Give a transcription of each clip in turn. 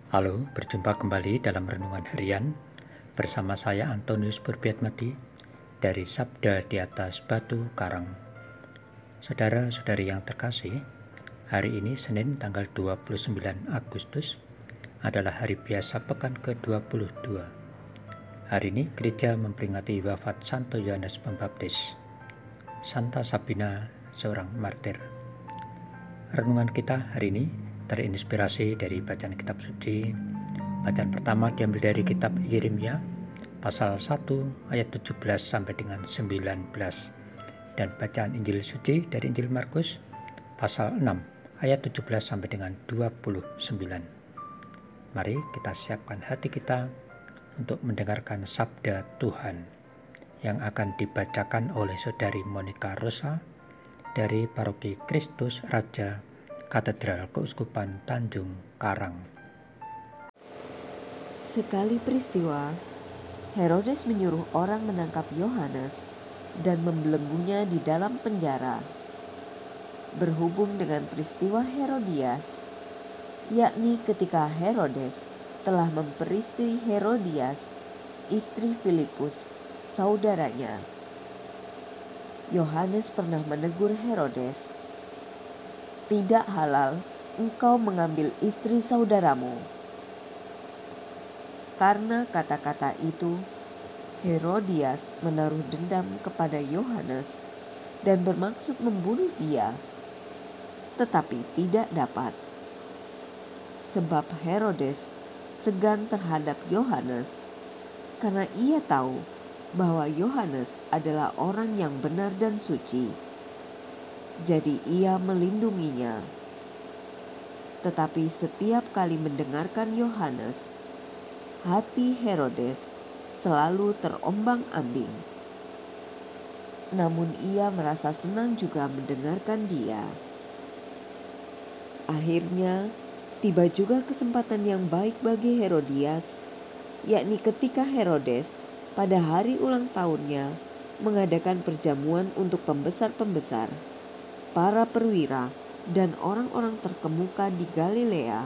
Halo, berjumpa kembali dalam Renungan Harian bersama saya Antonius Burbiatmadi dari Sabda di Atas Batu Karang. Saudara-saudari yang terkasih, hari ini Senin tanggal 29 Agustus adalah hari biasa pekan ke-22. Hari ini gereja memperingati wafat Santo Yohanes Pembaptis, Santa Sabina, seorang martir. Renungan kita hari ini terinspirasi dari bacaan kitab suci. Bacaan pertama diambil dari kitab Yeremia pasal 1 ayat 17 sampai dengan 19, dan bacaan Injil suci dari Injil Markus pasal 6 ayat 17 sampai dengan 29. Mari kita siapkan hati kita untuk mendengarkan sabda Tuhan yang akan dibacakan oleh Saudari Monica Rosa dari Paroki Kristus Raja Katedral Keuskupan Tanjung Karang. Sekali peristiwa, Herodes menyuruh orang menangkap Yohanes dan membelenggunya di dalam penjara. Berhubung dengan peristiwa Herodias, yakni ketika Herodes telah memperistri Herodias, istri Filipus, saudaranya. Yohanes pernah menegur Herodes, "Tidak halal engkau mengambil istri saudaramu." Karena kata-kata itu, Herodias menaruh dendam kepada Yohanes dan bermaksud membunuh dia, tetapi tidak dapat. Sebab Herodes segan terhadap Yohanes karena ia tahu bahwa Yohanes adalah orang yang benar dan suci. Jadi ia melindunginya. Tetapi setiap kali mendengarkan Yohanes, hati Herodes selalu terombang-ambing. Namun ia merasa senang juga mendengarkan dia. Akhirnya tiba juga kesempatan yang baik bagi Herodias, yakni ketika Herodes pada hari ulang tahunnya mengadakan perjamuan untuk pembesar-pembesar, para perwira, dan orang-orang terkemuka di Galilea.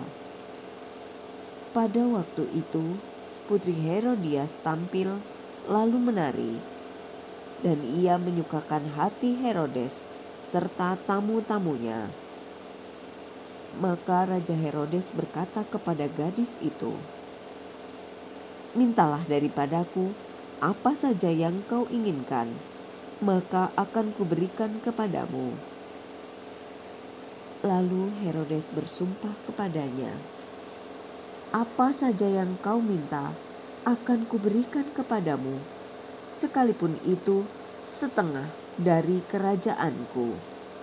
Pada waktu itu, putri Herodias tampil lalu menari, dan ia menyukakan hati Herodes serta tamu-tamunya. Maka Raja Herodes berkata kepada gadis itu, "Mintalah daripadaku apa saja yang kau inginkan, maka akan kuberikan kepadamu." Lalu Herodes bersumpah kepadanya, "Apa saja yang kau minta akan kuberikan kepadamu, sekalipun itu setengah dari kerajaanku."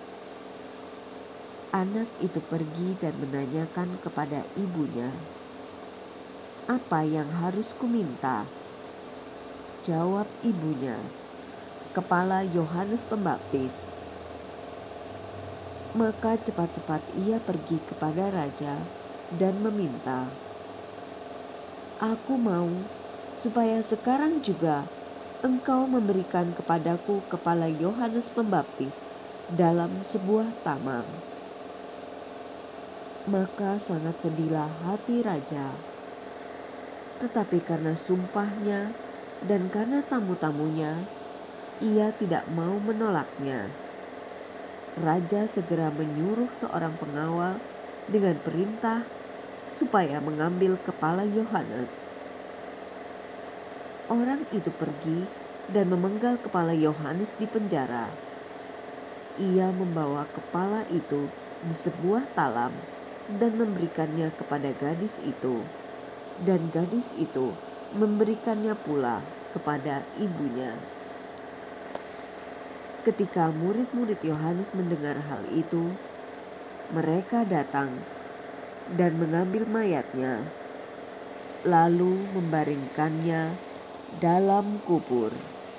Anak itu pergi dan menanyakan kepada ibunya, "Apa yang harus kuminta?" Jawab ibunya, "Kepala Yohanes Pembaptis." Maka cepat-cepat ia pergi kepada raja dan meminta, "Aku mau supaya sekarang juga engkau memberikan kepadaku kepala Yohanes Pembaptis dalam sebuah tamang." Maka sangat sedihlah hati raja. Tetapi karena sumpahnya dan karena tamu-tamunya, ia tidak mau menolaknya. Raja segera menyuruh seorang pengawal dengan perintah supaya mengambil kepala Yohanes. Orang itu pergi dan memenggal kepala Yohanes di penjara. Ia membawa kepala itu di sebuah talam dan memberikannya kepada gadis itu, dan gadis itu memberikannya pula kepada ibunya. Ketika murid-murid Yohanes mendengar hal itu, mereka datang dan mengambil mayatnya, lalu membaringkannya dalam kubur.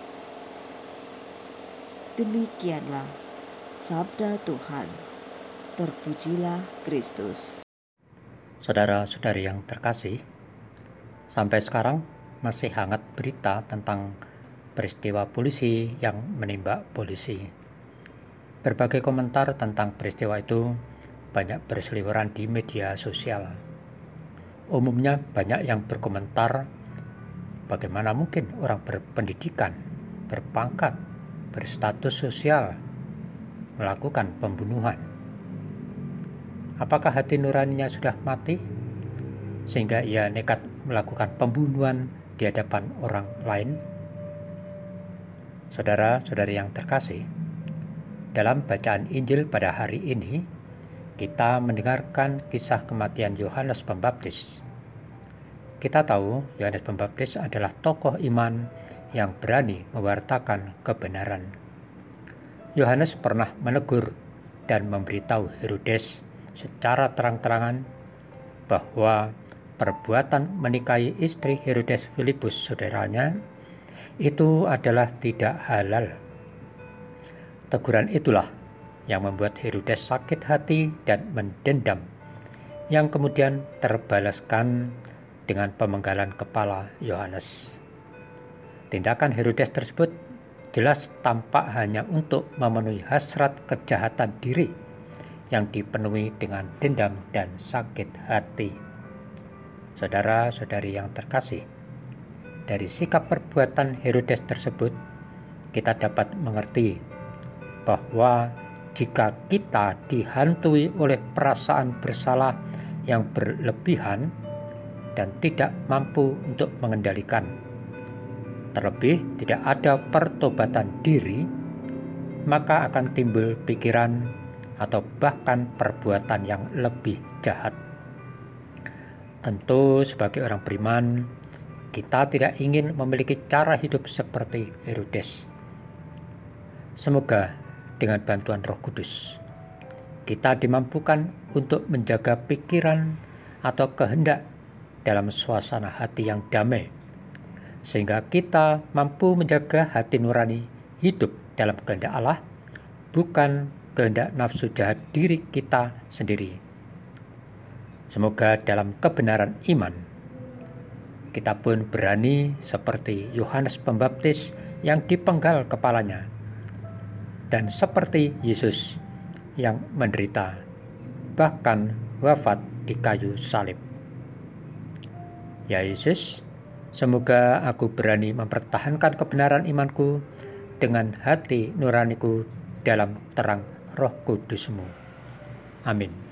Demikianlah sabda Tuhan. Terpujilah Kristus. Saudara-saudari yang terkasih, sampai sekarang masih hangat berita tentang peristiwa polisi yang menembak polisi. Berbagai komentar tentang peristiwa itu banyak berseliweran di media sosial. Umumnya banyak yang berkomentar, bagaimana mungkin orang berpendidikan, berpangkat, berstatus sosial melakukan pembunuhan? Apakah hati nuraninya sudah mati sehingga ia nekat melakukan pembunuhan di hadapan orang lain? Saudara-saudari yang terkasih, dalam bacaan Injil pada hari ini, kita mendengarkan kisah kematian Yohanes Pembaptis. Kita tahu Yohanes Pembaptis adalah tokoh iman yang berani mewartakan kebenaran. Yohanes pernah menegur dan memberitahu Herodes secara terang-terangan bahwa perbuatan menikahi istri Herodes Filipus saudaranya itu adalah tidak halal. Teguran itulah yang membuat Herodes sakit hati dan mendendam, yang kemudian terbalaskan dengan pemenggalan kepala Yohanes. Tindakan Herodes tersebut jelas tampak hanya untuk memenuhi hasrat kejahatan diri yang dipenuhi dengan dendam dan sakit hati. Saudara-saudari yang terkasih, dari sikap perbuatan Herodes tersebut, kita dapat mengerti bahwa jika kita dihantui oleh perasaan bersalah yang berlebihan dan tidak mampu untuk mengendalikan, terlebih tidak ada pertobatan diri, maka akan timbul pikiran atau bahkan perbuatan yang lebih jahat. Tentu sebagai orang beriman, kita tidak ingin memiliki cara hidup seperti Herodes. Semoga dengan bantuan Roh Kudus, kita dimampukan untuk menjaga pikiran atau kehendak dalam suasana hati yang damai, sehingga kita mampu menjaga hati nurani hidup dalam kehendak Allah, bukan kehendak nafsu jahat diri kita sendiri. Semoga dalam kebenaran iman, kita pun berani seperti Yohanes Pembaptis yang dipenggal kepalanya, dan seperti Yesus yang menderita, bahkan wafat di kayu salib. Ya Yesus, semoga aku berani mempertahankan kebenaran imanku dengan hati nuraniku dalam terang Roh Kudus-Mu. Amin.